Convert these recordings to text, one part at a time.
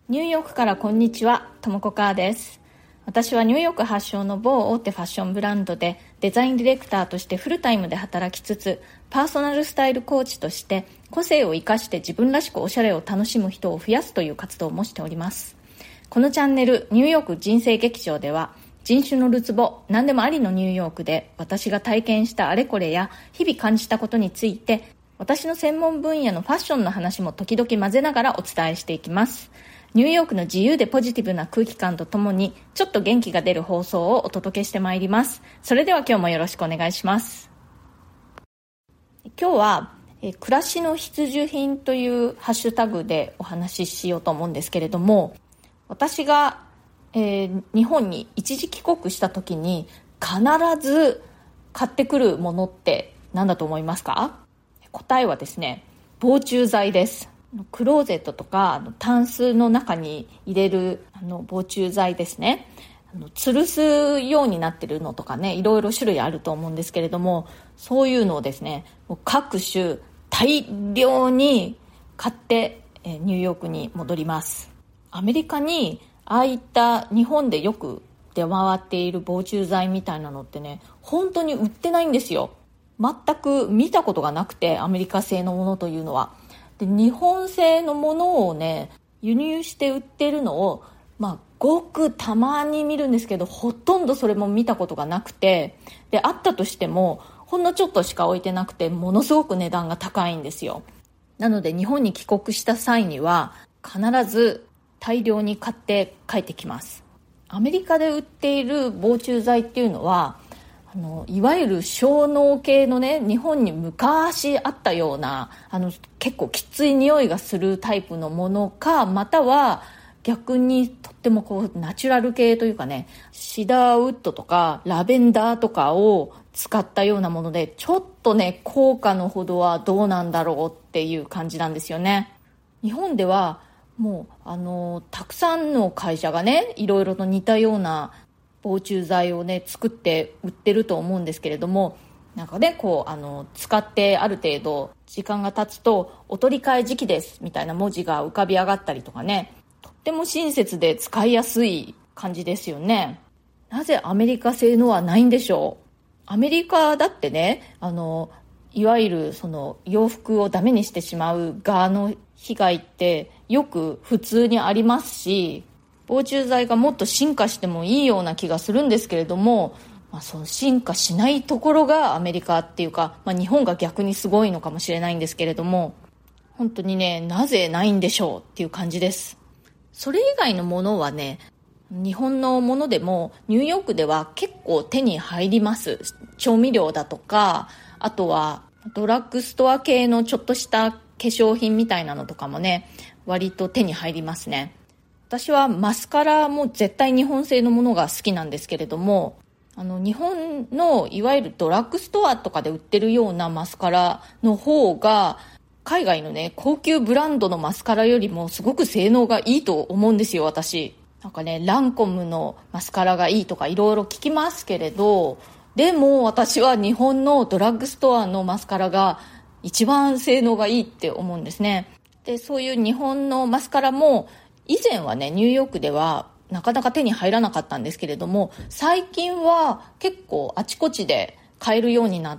ニューヨークからこんにちは、ともこかーです。私はニューヨーク発祥の某大手ファッションブランドでデザインディレクターとしてフルタイムで働きつつ、パーソナルスタイルコーチとして個性を生かして自分らしくおしゃれを楽しむ人を増やすという活動もしております。このチャンネルニューヨーク人生劇場では、人種のるつぼ何でもありのニューヨークで私が体験したあれこれや日々感じたことについて、私の専門分野のファッションの話も時々混ぜながらお伝えしていきます。ニューヨークの自由でポジティブな空気感とともにちょっと元気が出る放送をお届けしてまいります。それでは今日もよろしくお願いします。今日は暮らしの必需品というハッシュタグでお話ししようと思うんですけれども、私が、日本に一時帰国した時に必ず買ってくるものって何だと思いますか？答えはですね、防虫剤です。クローゼットとかタンスの中に入れる防虫剤ですね。吊るすようになってるのとかね、いろいろ種類あると思うんですけれども、そういうのをですね、各種大量に買ってニューヨークに戻ります。アメリカにああいった日本でよく出回っている防虫剤みたいなのってね、本当に売ってないんですよ。全く見たことがなくて、アメリカ製のものというのは。で、日本製のものをね、輸入して売ってるのを、ごくたまに見るんですけど、ほとんどそれも見たことがなくて、で、あったとしてもほんのちょっとしか置いてなくて、ものすごく値段が高いんですよ。なので日本に帰国した際には必ず大量に買って帰ってきます。アメリカで売っている防虫剤っていうのは、いわゆる小脳系のね、日本に昔あったような結構きつい匂いがするタイプのものか、または逆にとってもナチュラル系というかね、シダーウッドとかラベンダーとかを使ったようなもので、ちょっとね、効果のほどはどうなんだろうっていう感じなんですよね。日本ではもうたくさんの会社がね、いろいろと似たような防虫剤をね、作って売ってると思うんですけれども、なんかね、使ってある程度時間が経つとお取り替え時期ですみたいな文字が浮かび上がったりとかね、とっても親切で使いやすい感じですよね。なぜアメリカ製のはないんでしょう。アメリカだってね、いわゆるその洋服をダメにしてしまう側の被害ってよく普通にありますし、防虫剤がもっと進化してもいいような気がするんですけれども、その進化しないところがアメリカっていうか、日本が逆にすごいのかもしれないんですけれども、本当にね、なぜないんでしょうっていう感じです。それ以外のものはね、日本のものでもニューヨークでは結構手に入ります。調味料だとか、あとはドラッグストア系のちょっとした化粧品みたいなのとかもね、割と手に入りますね。私はマスカラも絶対日本製のものが好きなんですけれども、日本のいわゆるドラッグストアとかで売ってるようなマスカラの方が、海外のね、高級ブランドのマスカラよりもすごく性能がいいと思うんですよ、私。なんかね、ランコムのマスカラがいいとかいろいろ聞きますけれど、でも私は日本のドラッグストアのマスカラが一番性能がいいって思うんですね。で、そういう日本のマスカラも以前はね、ニューヨークではなかなか手に入らなかったんですけれども、最近は結構あちこちで買えるようになって、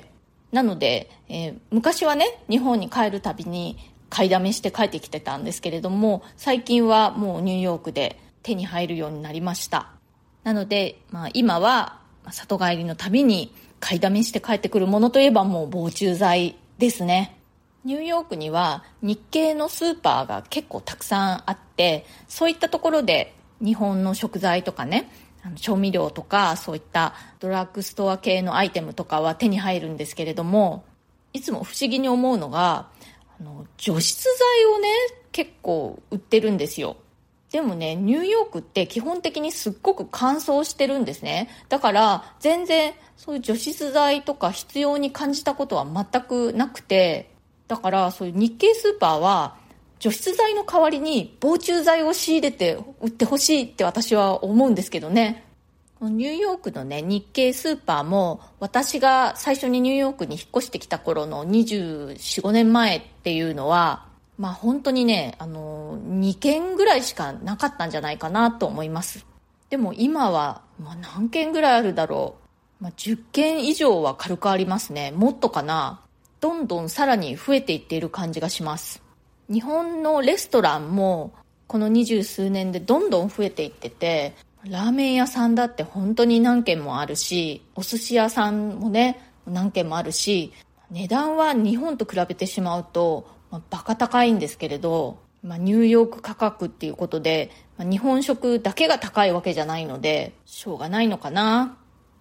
なので、昔はね、日本に帰るたびに買いだめして帰ってきてたんですけれども、最近はもうニューヨークで手に入るようになりました。なので、今は里帰りのたびに買いだめして帰ってくるものといえばもう防虫剤ですね。ニューヨークには日系のスーパーが結構たくさんあって、そういったところで日本の食材とかね、調味料とかそういったドラッグストア系のアイテムとかは手に入るんですけれども、いつも不思議に思うのが除湿剤をね、結構売ってるんですよ。でもね、ニューヨークって基本的にすっごく乾燥してるんですね。だから全然そういう除湿剤とか必要に感じたことは全くなくて、だからそういう日系スーパーは除湿剤の代わりに防虫剤を仕入れて売ってほしいって私は思うんですけどね。ニューヨークのね、日系スーパーも私が最初にニューヨークに引っ越してきた頃の24、5年前っていうのは本当にね、2件ぐらいしかなかったんじゃないかなと思います。でも今は、何件ぐらいあるだろう。10件以上は軽くありますね。もっとかな。どんどんさらに増えていっている感じがします。日本のレストランもこの20数年でどんどん増えていってて、ラーメン屋さんだって本当に何軒もあるし、お寿司屋さんもね、何軒もあるし、値段は日本と比べてしまうと、バカ高いんですけれど、ニューヨーク価格っていうことで、日本食だけが高いわけじゃないので、しょうがないのかな。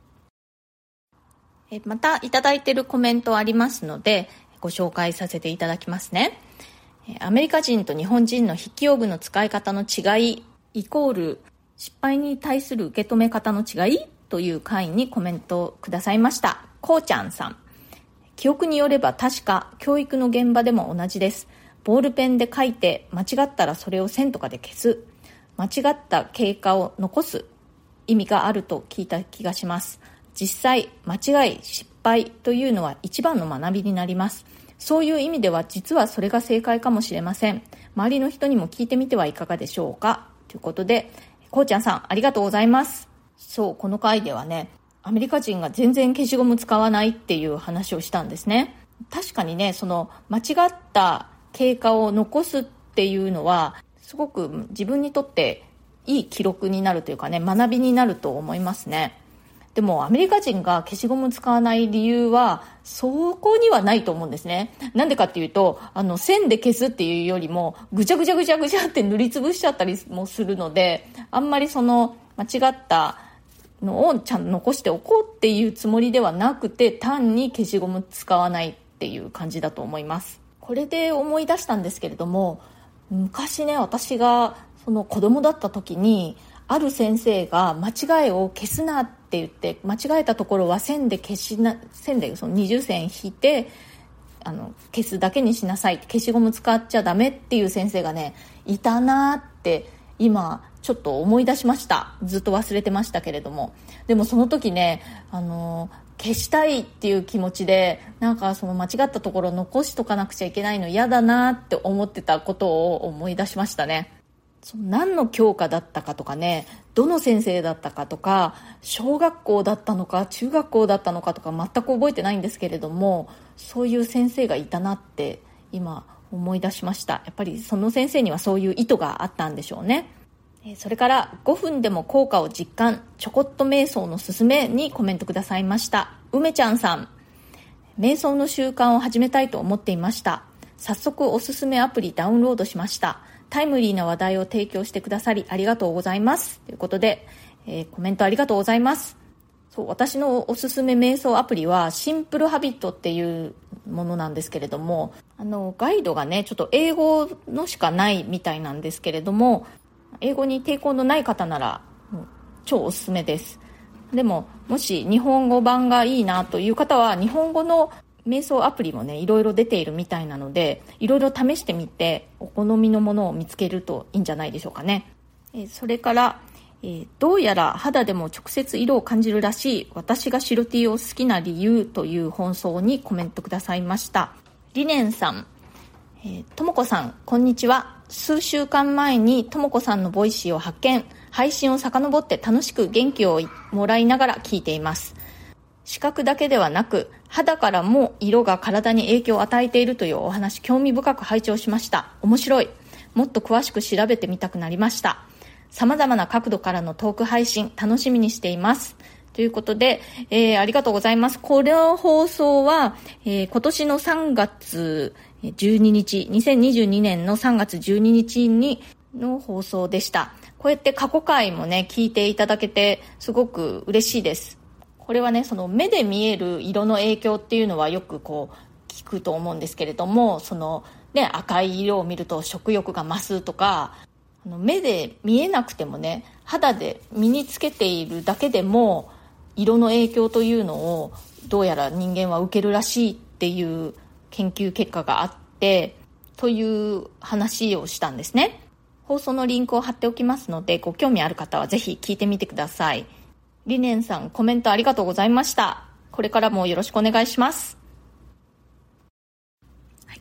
またいただいているコメントありますので、ご紹介させていただきますね。アメリカ人と日本人の筆記用具の使い方の違いイコール失敗に対する受け止め方の違いという回にコメントをくださいました。こうちゃんさん。記憶によれば確か教育の現場でも同じです。ボールペンで書いて間違ったらそれを線とかで消す。間違った経過を残す意味があると聞いた気がします。実際、間違い、失敗というのは一番の学びになります。そういう意味では実はそれが正解かもしれません。周りの人にも聞いてみてはいかがでしょうか。ということで、こうちゃんさんありがとうございます。そう、この回ではね、アメリカ人が全然消しゴム使わないっていう話をしたんですね。確かにね、その間違った経過を残すっていうのはすごく自分にとっていい記録になるというかね、学びになると思いますね。でもアメリカ人が消しゴム使わない理由はそこにはないと思うんですね。なんでかっていうと、線で消すっていうよりもぐちゃぐちゃぐちゃぐちゃって塗りつぶしちゃったりもするので、あんまりその間違ったのをちゃんと残しておこうっていうつもりではなくて、単に消しゴム使わないっていう感じだと思います。これで思い出したんですけれども、昔ね、私がその子供だった時にある先生が間違いを消すなって言って、間違えたところは線でその二重線引いて消すだけにしなさい、消しゴム使っちゃダメっていう先生がねいたなって今ちょっと思い出しました。ずっと忘れてましたけれども、でもその時ね消したいっていう気持ちでなんかその間違ったところ残しとかなくちゃいけないの嫌だなって思ってたことを思い出しましたね。何の教科だったかとかね、どの先生だったかとか、小学校だったのか中学校だったのかとか全く覚えてないんですけれども、そういう先生がいたなって今思い出しました。やっぱりその先生にはそういう意図があったんでしょうね。それから5分でも効果を実感、ちょこっと瞑想のすすめにコメントくださいました。梅ちゃんさん。瞑想の習慣を始めたいと思っていました。早速おすすめアプリダウンロードしました。タイムリーな話題を提供してくださりありがとうございます。ということで、コメントありがとうございます。そう、私のおすすめ瞑想アプリはシンプルハビットっていうものなんですけれども、ガイドがねちょっと英語のしかないみたいなんですけれども、英語に抵抗のない方なら超おすすめです。でももし日本語版がいいなという方は日本語の瞑想アプリもねいろいろ出ているみたいなので、いろいろ試してみてお好みのものを見つけるといいんじゃないでしょうかね。それから、どうやら肌でも直接色を感じるらしい私が白 T を好きな理由という放送にコメントくださいました。リネンさん、ともこさんこんにちは。数週間前にともこさんのボイシーを発見、配信を遡って楽しく元気をもらいながら聞いています。視覚だけではなく肌からも色が体に影響を与えているというお話、興味深く拝聴しました。面白い。もっと詳しく調べてみたくなりました。様々な角度からのトーク配信楽しみにしていますということで、ありがとうございます。この放送は、今年の3月12日2022年の3月12日にの放送でした。こうやって過去回もね聞いていただけてすごく嬉しいです。これはねその目で見える色の影響っていうのはよくこう聞くと思うんですけれども、そのね赤い色を見ると食欲が増すとか、目で見えなくてもね肌で身につけているだけでも色の影響というのをどうやら人間は受けるらしいっていう研究結果があってという話をしたんですね。放送のリンクを貼っておきますので、ご興味ある方はぜひ聞いてみてください。リネンさんコメントありがとうございました。これからもよろしくお願いします。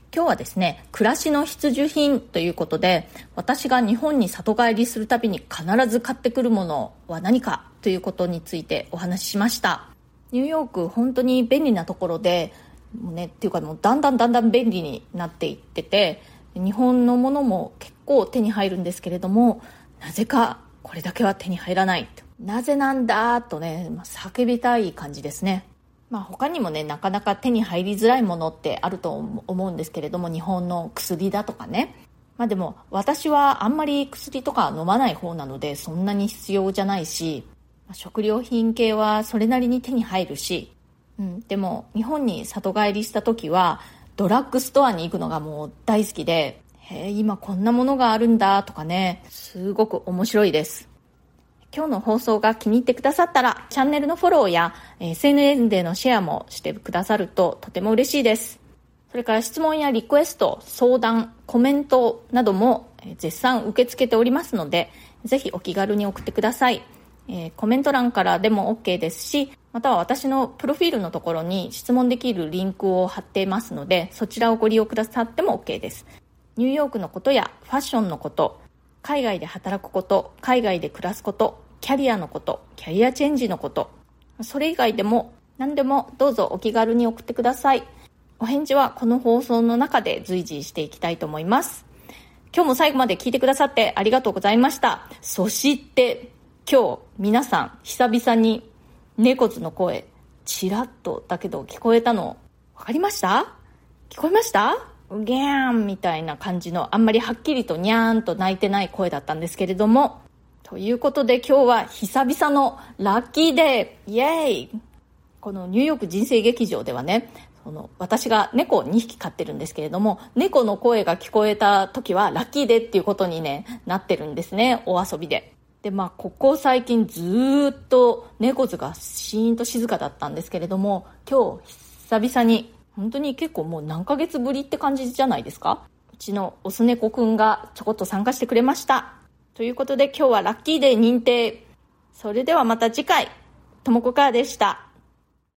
今日はですね、暮らしの必需品ということで、私が日本に里帰りするたびに必ず買ってくるものは何かということについてお話ししました。ニューヨーク本当に便利なところで、もうだんだん便利になっていってて、日本のものも結構手に入るんですけれども、なぜかこれだけは手に入らない。なぜなんだとね、叫びたい感じですね。他にもね、なかなか手に入りづらいものってあると思うんですけれども、日本の薬だとかね。でも私はあんまり薬とか飲まない方なので、そんなに必要じゃないし、食料品系はそれなりに手に入るし、でも日本に里帰りした時はドラッグストアに行くのがもう大好きで、今こんなものがあるんだとかね、すごく面白いです。今日の放送が気に入ってくださったら、チャンネルのフォローや SNS でのシェアもしてくださるととても嬉しいです。それから質問やリクエスト、相談、コメントなども絶賛受け付けておりますので、ぜひお気軽に送ってください。コメント欄からでも OK ですし、または私のプロフィールのところに質問できるリンクを貼っていますので、そちらをご利用くださっても OK です。ニューヨークのことやファッションのこと、海外で働くこと、海外で暮らすこと、キャリアのこと、キャリアチェンジのこと、それ以外でも何でもどうぞお気軽に送ってください。お返事はこの放送の中で随時していきたいと思います。今日も最後まで聞いてくださってありがとうございました。そして今日皆さん久々に猫図の声ちらっとだけど聞こえたの分かりました？聞こえました？ギャーンみたいな感じの、あんまりはっきりとニャーンと鳴いてない声だったんですけれども、ということで今日は久々のラッキーデー、イエーイ。このニューヨーク人生劇場ではね、私が猫を2匹飼ってるんですけれども、猫の声が聞こえた時はラッキーデーっていうことにねなってるんですね、お遊びで。でここ最近ずっと猫図がシーンと静かだったんですけれども、今日久々に、本当に結構もう何ヶ月ぶりって感じじゃないですか。うちのオス猫くんがちょこっと参加してくれました。ということで今日はラッキーデー認定。それではまた次回、ともこかーでした。